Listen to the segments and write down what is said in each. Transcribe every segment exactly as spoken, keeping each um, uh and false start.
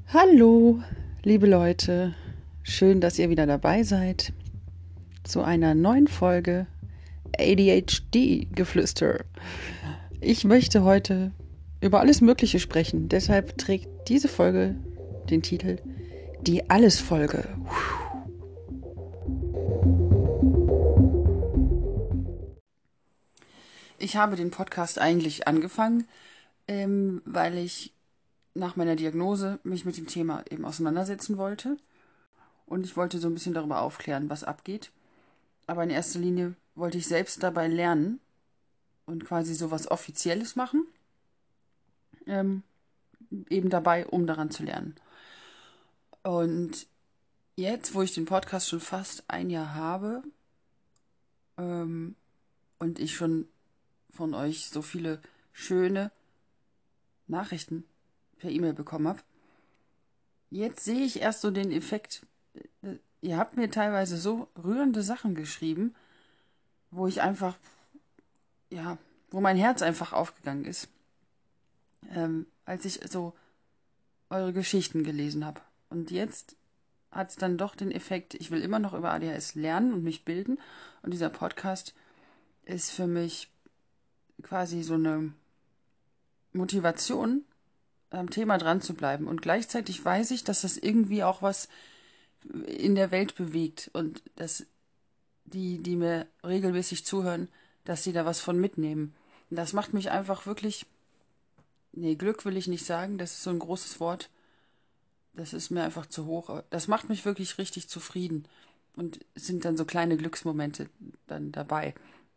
Hallo, liebe Leute, schön, dass ihr wieder dabei seid zu einer neuen Folge A D H D-Geflüster. Ich möchte heute über alles Mögliche sprechen, deshalb trägt diese Folge den Titel Die Alles-Folge. Ich habe den Podcast eigentlich angefangen, ähm, weil ich nach meiner Diagnose mich mit dem Thema eben auseinandersetzen wollte. Und ich wollte so ein bisschen darüber aufklären, was abgeht. Aber in erster Linie wollte ich selbst dabei lernen und quasi so was Offizielles machen. Ähm, eben dabei, um daran zu lernen. Und jetzt, wo ich den Podcast schon fast ein Jahr habe ähm, und ich schon von euch so viele schöne Nachrichten per E-Mail bekommen habe, jetzt sehe ich erst so den Effekt. Ihr habt mir teilweise so rührende Sachen geschrieben, wo ich einfach, ja, wo mein Herz einfach aufgegangen ist, ähm, als ich so eure Geschichten gelesen habe. Und jetzt hat es dann doch den Effekt, ich will immer noch über A D H S lernen und mich bilden. Und dieser Podcast ist für mich quasi so eine Motivation, am Thema dran zu bleiben. Und gleichzeitig weiß ich, dass das irgendwie auch was in der Welt bewegt und dass die, die mir regelmäßig zuhören, dass sie da was von mitnehmen. Und das macht mich einfach wirklich, nee, Glück will ich nicht sagen, das ist so ein großes Wort. Das ist mir einfach zu hoch. Das macht mich wirklich richtig zufrieden. Und es sind dann so kleine Glücksmomente dann dabei,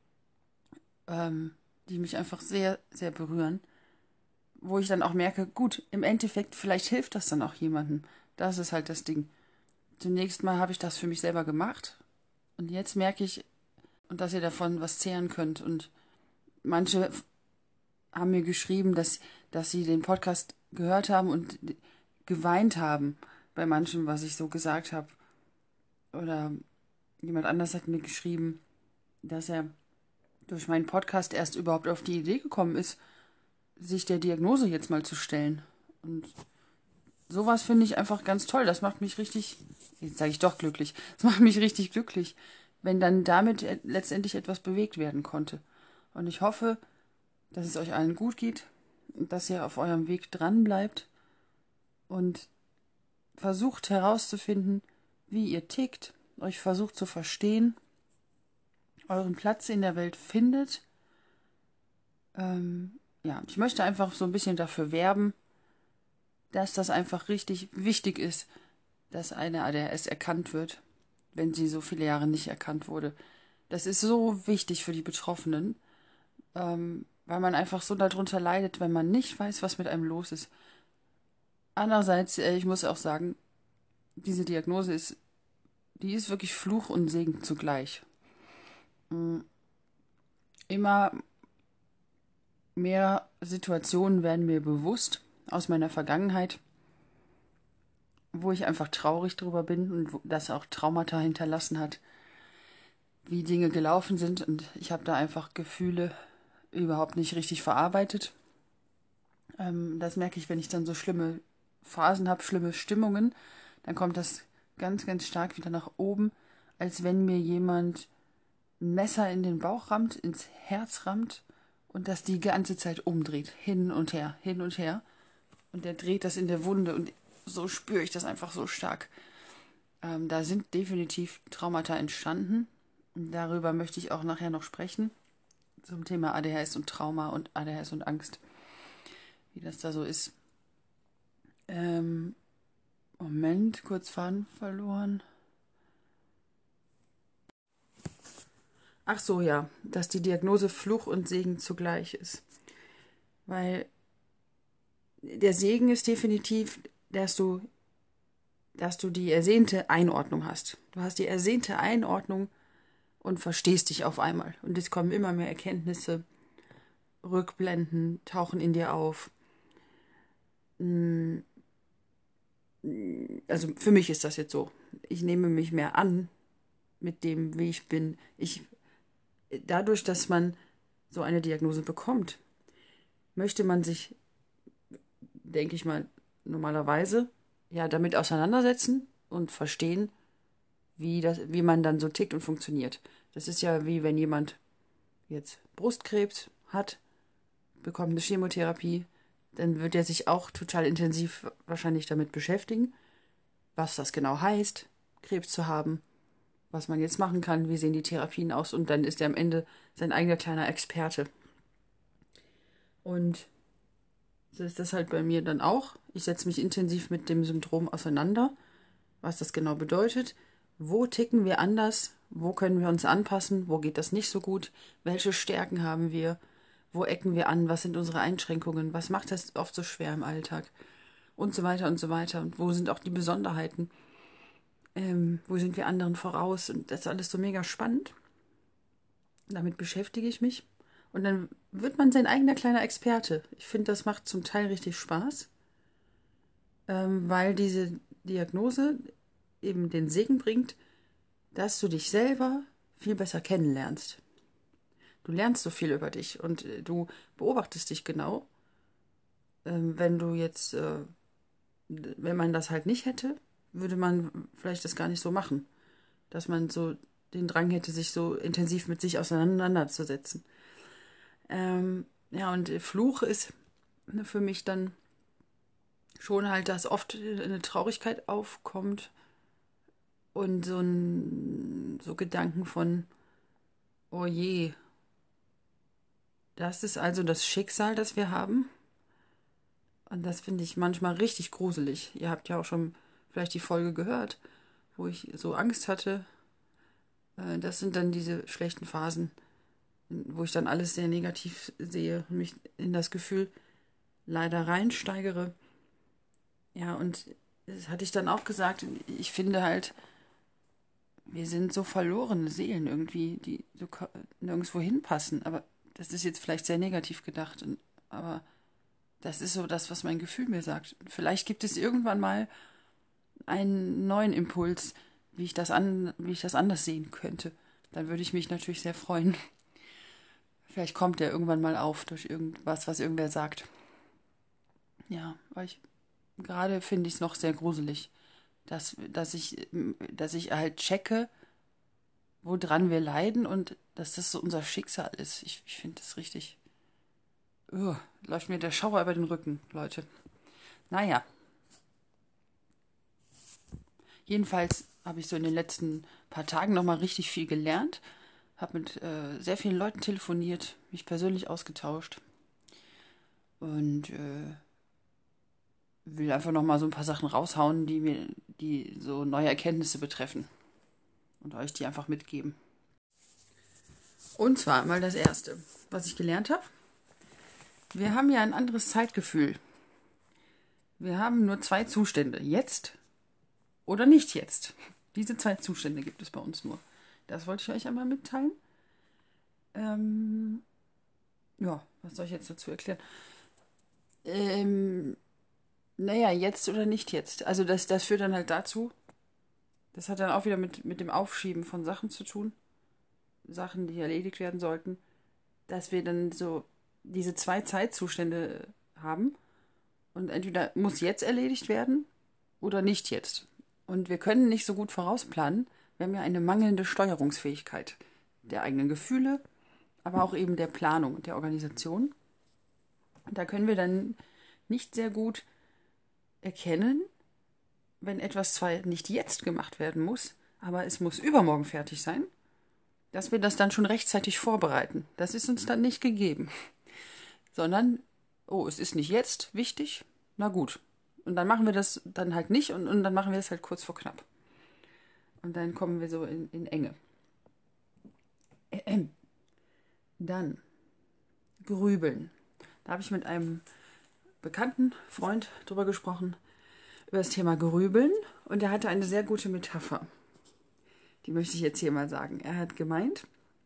ähm, die mich einfach sehr, sehr berühren. Wo ich dann auch merke, gut, im Endeffekt, vielleicht hilft das dann auch jemandem. Das ist halt das Ding. Zunächst mal habe ich das für mich selber gemacht. Und jetzt merke ich, und dass ihr davon was zehren könnt. Und manche haben mir geschrieben, dass, dass sie den Podcast gehört haben und geweint haben bei manchem, was ich so gesagt habe. Oder jemand anders hat mir geschrieben, dass er durch meinen Podcast erst überhaupt auf die Idee gekommen ist, sich der Diagnose jetzt mal zu stellen. Und sowas finde ich einfach ganz toll. Das macht mich richtig, jetzt sage ich doch glücklich, das macht mich richtig glücklich, wenn dann damit letztendlich etwas bewegt werden konnte. Und ich hoffe, dass es euch allen gut geht und dass ihr auf eurem Weg dran bleibt und versucht herauszufinden, wie ihr tickt, euch versucht zu verstehen, euren Platz in der Welt findet. Ähm, ja, ich möchte einfach so ein bisschen dafür werben, dass das einfach richtig wichtig ist, dass eine A D H S erkannt wird, wenn sie so viele Jahre nicht erkannt wurde. Das ist so wichtig für die Betroffenen, ähm, weil man einfach so darunter leidet, wenn man nicht weiß, was mit einem los ist. Andererseits, äh, ich muss auch sagen, diese Diagnose ist, die ist wirklich Fluch und Segen zugleich. Mm, Immer mehr Situationen werden mir bewusst aus meiner Vergangenheit, wo ich einfach traurig drüber bin und wo das auch Traumata hinterlassen hat, wie Dinge gelaufen sind. Und ich habe da einfach Gefühle überhaupt nicht richtig verarbeitet. Ähm, das merke ich, wenn ich dann so schlimme Phasen habe, schlimme Stimmungen, dann kommt das ganz, ganz stark wieder nach oben, als wenn mir jemand ein Messer in den Bauch rammt, ins Herz rammt und das die ganze Zeit umdreht, hin und her, hin und her. Und der dreht das in der Wunde und so spüre ich das einfach so stark. Ähm, da sind definitiv Traumata entstanden. Darüber möchte ich auch nachher noch sprechen. Zum Thema A D H S und Trauma und A D H S und Angst. Wie das da so ist. Ähm, Moment, kurz Faden verloren. Ach so, ja, dass die Diagnose Fluch und Segen zugleich ist. Weil der Segen ist definitiv, dass du, dass du die ersehnte Einordnung hast. Du hast die ersehnte Einordnung und verstehst dich auf einmal. Und es kommen immer mehr Erkenntnisse, Rückblenden, tauchen in dir auf. Also für mich ist das jetzt so. Ich nehme mich mehr an mit dem, wie ich bin. Ich, dadurch, dass man so eine Diagnose bekommt, möchte man sich, denke ich mal, normalerweise ja, damit auseinandersetzen und verstehen, wie das, wie man dann so tickt und funktioniert. Das ist ja wie wenn jemand jetzt Brustkrebs hat, bekommt eine Chemotherapie, dann wird er sich auch total intensiv wahrscheinlich damit beschäftigen, was das genau heißt, Krebs zu haben, was man jetzt machen kann, wie sehen die Therapien aus, und dann ist er am Ende sein eigener kleiner Experte. Und so ist das halt bei mir dann auch. Ich setze mich intensiv mit dem Syndrom auseinander, was das genau bedeutet. Wo ticken wir anders? Wo können wir uns anpassen? Wo geht das nicht so gut? Welche Stärken haben wir? Wo ecken wir an? Was sind unsere Einschränkungen? Was macht das oft so schwer im Alltag? Und so weiter und so weiter. Und wo sind auch die Besonderheiten? Ähm, wo sind wir anderen voraus? Und das ist alles so mega spannend. Damit beschäftige ich mich. Und dann wird man sein eigener kleiner Experte. Ich finde, das macht zum Teil richtig Spaß, ähm, weil diese Diagnose eben den Segen bringt, dass du dich selber viel besser kennenlernst. Du lernst so viel über dich und äh, du beobachtest dich genau. Ähm, wenn du jetzt, äh, wenn man das halt nicht hätte, würde man vielleicht das gar nicht so machen. Dass man so den Drang hätte, sich so intensiv mit sich auseinanderzusetzen. Ähm, ja, und Fluch ist für mich dann schon halt, dass oft eine Traurigkeit aufkommt und so ein, so Gedanken von, oh je, das ist also das Schicksal, das wir haben. Und das finde ich manchmal richtig gruselig. Ihr habt ja auch schon vielleicht die Folge gehört, wo ich so Angst hatte. Das sind dann diese schlechten Phasen, wo ich dann alles sehr negativ sehe und mich in das Gefühl leider reinsteigere. Ja, und das hatte ich dann auch gesagt, ich finde halt, wir sind so verlorene Seelen irgendwie, die so nirgendwo hinpassen. Aber das ist jetzt vielleicht sehr negativ gedacht, aber das ist so das, was mein Gefühl mir sagt. Vielleicht gibt es irgendwann mal einen neuen Impuls, wie ich das an, wie ich das anders sehen könnte. Dann würde ich mich natürlich sehr freuen. Vielleicht kommt der irgendwann mal auf durch irgendwas, was irgendwer sagt. Ja, weil ich gerade finde ich es noch sehr gruselig, dass, dass ich, dass ich halt checke, woran wir leiden und dass das so unser Schicksal ist. Ich, ich finde das richtig. Uh, läuft mir der Schauer über den Rücken, Leute. Naja. Jedenfalls habe ich so in den letzten paar Tagen nochmal richtig viel gelernt. Habe mit äh, sehr vielen Leuten telefoniert, mich persönlich ausgetauscht. Und äh, will einfach nochmal so ein paar Sachen raushauen, die mir, die so neue Erkenntnisse betreffen. Und euch die einfach mitgeben. Und zwar mal das Erste, was ich gelernt habe. Wir haben ja ein anderes Zeitgefühl. Wir haben nur zwei Zustände. Jetzt oder nicht jetzt. Diese zwei Zustände gibt es bei uns nur. Das wollte ich euch einmal mitteilen. Ähm, ja, was soll ich jetzt dazu erklären? Ähm, naja, jetzt oder nicht jetzt. Also das, das führt dann halt dazu, das hat dann auch wieder mit, mit dem Aufschieben von Sachen zu tun. Sachen, die erledigt werden sollten. Dass wir dann so diese zwei Zeitzustände haben. Und entweder muss jetzt erledigt werden oder nicht jetzt. Und wir können nicht so gut vorausplanen. Wir haben ja eine mangelnde Steuerungsfähigkeit der eigenen Gefühle, aber auch eben der Planung und der Organisation. Und da können wir dann nicht sehr gut erkennen, wenn etwas zwar nicht jetzt gemacht werden muss, aber es muss übermorgen fertig sein, dass wir das dann schon rechtzeitig vorbereiten. Das ist uns dann nicht gegeben. Sondern, oh, es ist nicht jetzt wichtig, na gut. Und dann machen wir das dann halt nicht und, und dann machen wir es halt kurz vor knapp. Und dann kommen wir so in, in Enge. Ähm. Dann Grübeln. Da habe ich mit einem bekannten Freund drüber gesprochen, über das Thema Grübeln. Und er hatte eine sehr gute Metapher. Die möchte ich jetzt hier mal sagen. Er hat gemeint,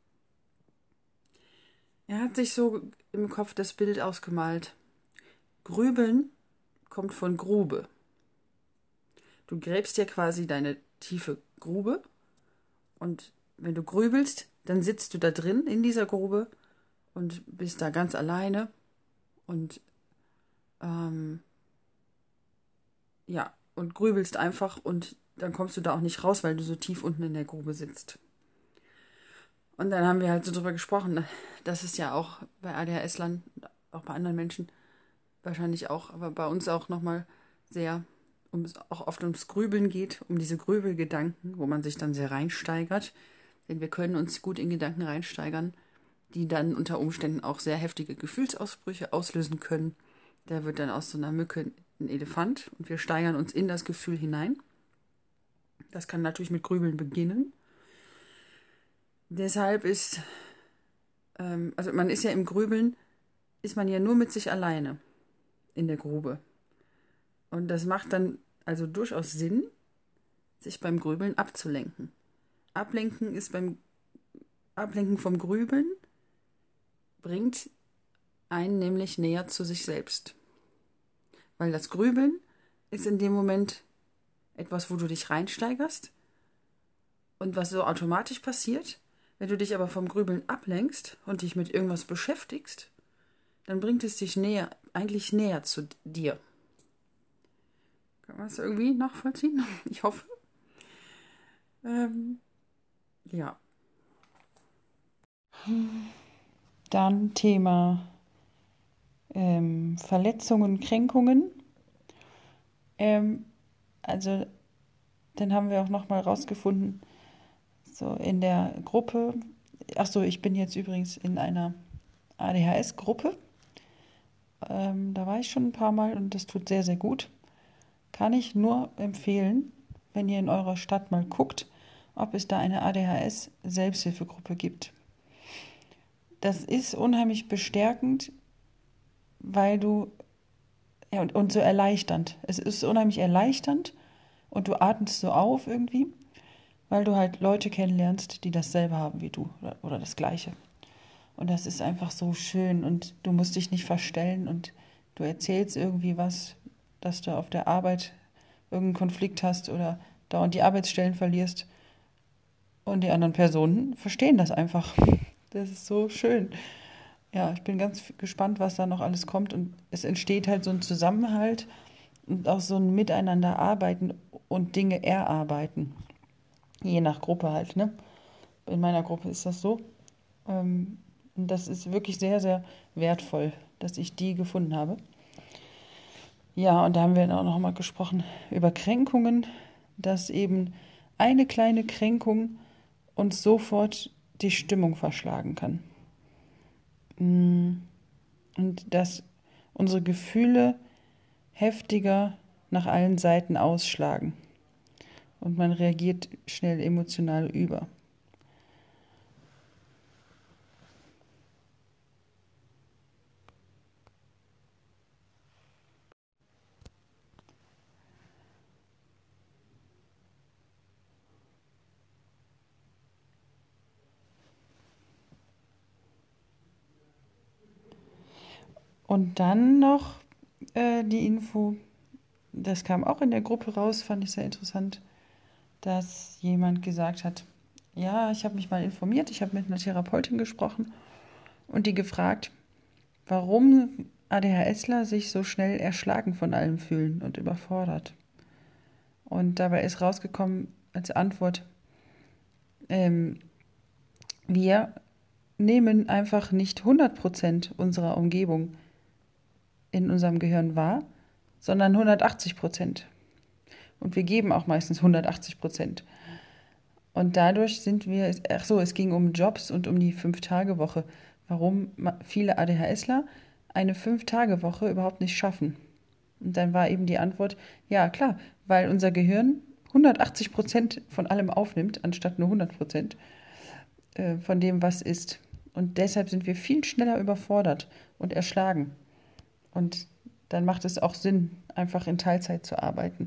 er hat sich so im Kopf das Bild ausgemalt. Grübeln kommt von Grube. Du gräbst dir quasi deine tiefe Grube und wenn du grübelst, dann sitzt du da drin in dieser Grube und bist da ganz alleine und ähm, ja, und grübelst einfach und dann kommst du da auch nicht raus, weil du so tief unten in der Grube sitzt. Und dann haben wir halt so drüber gesprochen, dass es ja auch bei A D H S-Lern, auch bei anderen Menschen wahrscheinlich auch, aber bei uns auch nochmal sehr, um, auch oft ums Grübeln geht, um diese Grübelgedanken, wo man sich dann sehr reinsteigert. Denn wir können uns gut in Gedanken reinsteigern, die dann unter Umständen auch sehr heftige Gefühlsausbrüche auslösen können. Da wird dann aus so einer Mücke ein Elefant und wir steigern uns in das Gefühl hinein. Das kann natürlich mit Grübeln beginnen. Deshalb ist, ähm, also man ist ja im Grübeln, ist man ja nur mit sich alleine in der Grube. Und das macht dann also durchaus Sinn, sich beim Grübeln abzulenken. Ablenken ist beim Ablenken vom Grübeln bringt einen nämlich näher zu sich selbst. Weil das Grübeln ist in dem Moment etwas, wo du dich reinsteigerst und was so automatisch passiert. Wenn du dich aber vom Grübeln ablenkst und dich mit irgendwas beschäftigst, dann bringt es dich näher, eigentlich näher zu dir. Kann man das irgendwie nachvollziehen? Ich hoffe. Ähm, ja. Dann Thema ähm, Verletzungen, Kränkungen. Ähm, also dann haben wir auch nochmal rausgefunden, so in der Gruppe, ach so, ich bin jetzt übrigens in einer A D H S-Gruppe. Ähm, da war ich schon ein paar Mal und das tut sehr, sehr gut. Kann ich nur empfehlen, wenn ihr in eurer Stadt mal guckt, ob es da eine A D H S-Selbsthilfegruppe gibt. Das ist unheimlich bestärkend, weil du, ja, und, und so erleichternd. Es ist unheimlich erleichternd und du atmest so auf irgendwie, weil du halt Leute kennenlernst, die dasselbe haben wie du oder, oder das Gleiche. Und das ist einfach so schön und du musst dich nicht verstellen und du erzählst irgendwie was, dass du auf der Arbeit irgendeinen Konflikt hast oder dauernd die Arbeitsstellen verlierst. Und die anderen Personen verstehen das einfach. Das ist so schön. Ja, ich bin ganz gespannt, was da noch alles kommt. Und es entsteht halt so ein Zusammenhalt und auch so ein Miteinander arbeiten und Dinge erarbeiten. Je nach Gruppe halt, ne? In meiner Gruppe ist das so. Ähm, und das ist wirklich sehr, sehr wertvoll, dass ich die gefunden habe. Ja, und da haben wir dann auch noch mal gesprochen über Kränkungen, dass eben eine kleine Kränkung uns sofort die Stimmung verschlagen kann. Und dass unsere Gefühle heftiger nach allen Seiten ausschlagen. Und man reagiert schnell emotional über. Und dann noch äh, die Info, das kam auch in der Gruppe raus, fand ich sehr interessant, dass jemand gesagt hat, ja, ich habe mich mal informiert, ich habe mit einer Therapeutin gesprochen und die gefragt, warum ADHSler sich so schnell erschlagen von allem fühlen und überfordert. Und dabei ist rausgekommen als Antwort, ähm, wir nehmen einfach nicht hundert Prozent unserer Umgebung in unserem Gehirn wahr, sondern hundertachtzig Prozent. Und wir geben auch meistens hundertachtzig Prozent. Und dadurch sind wir, ach so, es ging um Jobs und um die Fünf-Tage-Woche. Warum viele ADHSler eine Fünf-Tage-Woche überhaupt nicht schaffen. Und dann war eben die Antwort, ja klar, weil unser Gehirn hundertachtzig Prozent von allem aufnimmt, anstatt nur hundert Prozent äh, von dem, was ist. Und deshalb sind wir viel schneller überfordert und erschlagen. Und dann macht es auch Sinn, einfach in Teilzeit zu arbeiten.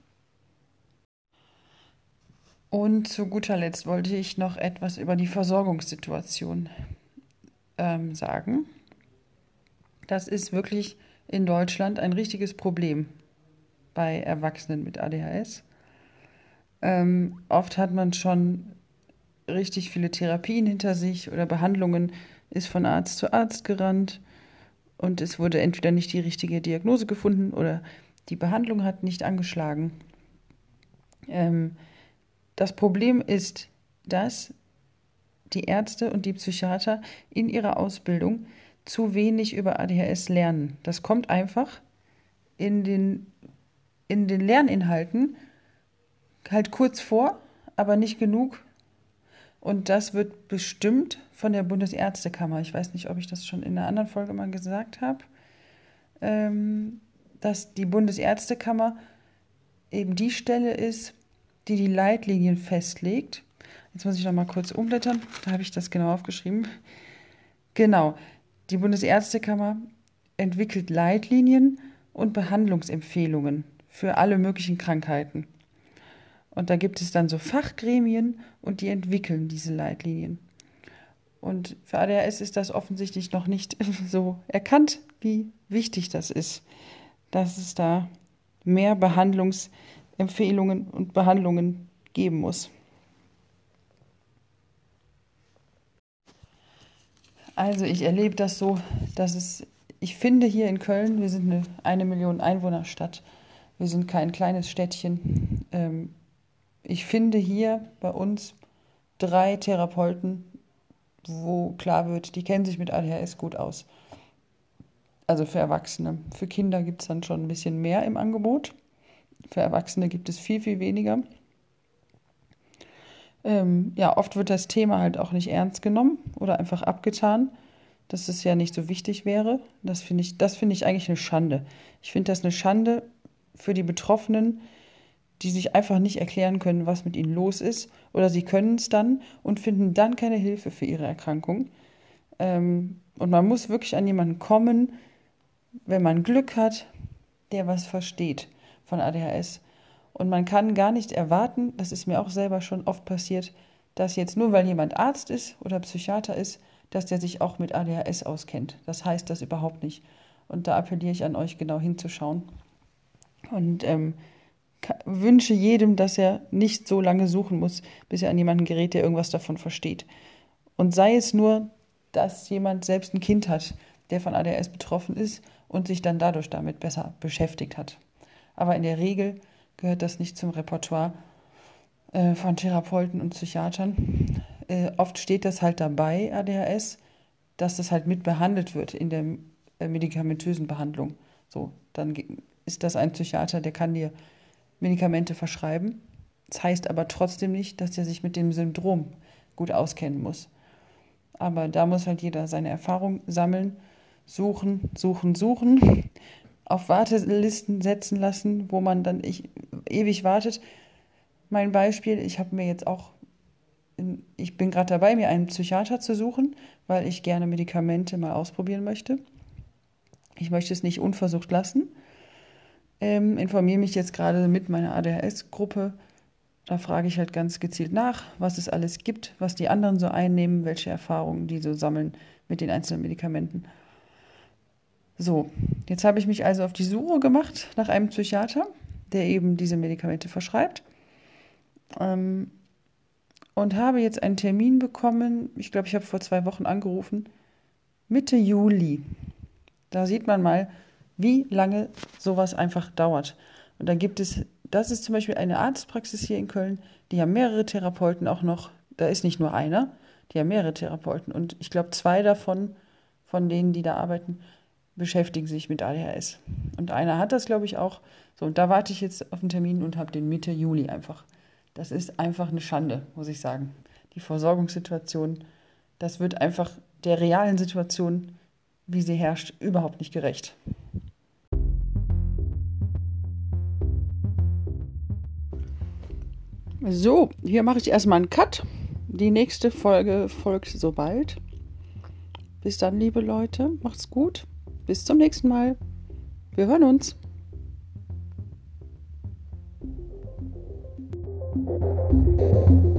Und zu guter Letzt wollte ich noch etwas über die Versorgungssituation ähm, sagen. Das ist wirklich in Deutschland ein richtiges Problem bei Erwachsenen mit A D H S. Ähm, oft hat man schon richtig viele Therapien hinter sich oder Behandlungen, ist von Arzt zu Arzt gerannt und es wurde entweder nicht die richtige Diagnose gefunden oder Die Behandlung hat nicht angeschlagen. Ähm, das Problem ist, dass die Ärzte und die Psychiater in ihrer Ausbildung zu wenig über A D H S lernen. Das kommt einfach in den, in den Lerninhalten halt kurz vor, aber nicht genug. Und das wird bestimmt von der Bundesärztekammer. Ich weiß nicht, ob ich das schon in einer anderen Folge mal gesagt habe, ähm, dass die Bundesärztekammer eben die Stelle ist, die die Leitlinien festlegt. Jetzt muss ich noch mal kurz umblättern, da habe ich das genau aufgeschrieben. Genau, die Bundesärztekammer entwickelt Leitlinien und Behandlungsempfehlungen für alle möglichen Krankheiten. Und da gibt es dann so Fachgremien und die entwickeln diese Leitlinien. Und für A D H S ist das offensichtlich noch nicht so erkannt, wie wichtig das ist, dass es da mehr Behandlungsempfehlungen und Behandlungen geben muss. Also ich erlebe das so, dass es, ich finde hier in Köln, wir sind eine eine Million Einwohnerstadt, wir sind kein kleines Städtchen. Ähm, ich finde hier bei uns drei Therapeuten, wo klar wird, die kennen sich mit A D H S gut aus. Also für Erwachsene. Für Kinder gibt es dann schon ein bisschen mehr im Angebot. Für Erwachsene gibt es viel, viel weniger. Ähm, ja, oft wird das Thema halt auch nicht ernst genommen oder einfach abgetan, dass es ja nicht so wichtig wäre. Das finde ich, das finde ich eigentlich eine Schande. Ich finde das eine Schande für die Betroffenen, die sich einfach nicht erklären können, was mit ihnen los ist. Oder sie können es dann und finden dann keine Hilfe für ihre Erkrankung. Ähm, und man muss wirklich an jemanden kommen, wenn man Glück hat, der was versteht von A D H S. Und man kann gar nicht erwarten, das ist mir auch selber schon oft passiert, dass jetzt nur weil jemand Arzt ist oder Psychiater ist, dass der sich auch mit A D H S auskennt. Das heißt das überhaupt nicht. Und da appelliere ich an euch, genau hinzuschauen. Und ähm, wünsche jedem, dass er nicht so lange suchen muss, bis er an jemanden gerät, der irgendwas davon versteht. Und sei es nur, dass jemand selbst ein Kind hat, der von A D H S betroffen ist und sich dann dadurch damit besser beschäftigt hat. Aber in der Regel gehört das nicht zum Repertoire äh, von Therapeuten und Psychiatern. Äh, oft steht das halt dabei, A D H S, dass das halt mit behandelt wird in der äh, medikamentösen Behandlung. So, dann ist das ein Psychiater, der kann dir Medikamente verschreiben. Das heißt aber trotzdem nicht, dass er sich mit dem Syndrom gut auskennen muss. Aber da muss halt jeder seine Erfahrung sammeln, suchen, suchen, suchen, auf Wartelisten setzen lassen, wo man dann ich, ewig wartet. Mein Beispiel, ich habe mir jetzt auch, ich bin gerade dabei, mir einen Psychiater zu suchen, weil ich gerne Medikamente mal ausprobieren möchte. Ich möchte es nicht unversucht lassen. Ähm, informiere mich jetzt gerade mit meiner A D H S-Gruppe. Da frage ich halt ganz gezielt nach, was es alles gibt, was die anderen so einnehmen, welche Erfahrungen die so sammeln mit den einzelnen Medikamenten. So, jetzt habe ich mich also auf die Suche gemacht nach einem Psychiater, der eben diese Medikamente verschreibt. Ähm, und habe jetzt einen Termin bekommen, ich glaube, ich habe vor zwei Wochen angerufen, Mitte Juli. Da sieht man mal, wie lange sowas einfach dauert. Und dann gibt es, das ist zum Beispiel eine Arztpraxis hier in Köln, die haben mehrere Therapeuten auch noch, da ist nicht nur einer, die haben mehrere Therapeuten. Und ich glaube, zwei davon, von denen, die da arbeiten, beschäftigen sich mit A D H S. Und einer hat das, glaube ich, auch. So, und da warte ich jetzt auf den Termin und habe den Mitte Juli einfach. Das ist einfach eine Schande, muss ich sagen. Die Versorgungssituation, das wird einfach der realen Situation, wie sie herrscht, überhaupt nicht gerecht. So, hier mache ich erstmal einen Cut. Die nächste Folge folgt sobald. Bis dann, liebe Leute. Macht's gut. Bis zum nächsten Mal. Wir hören uns. Thank you.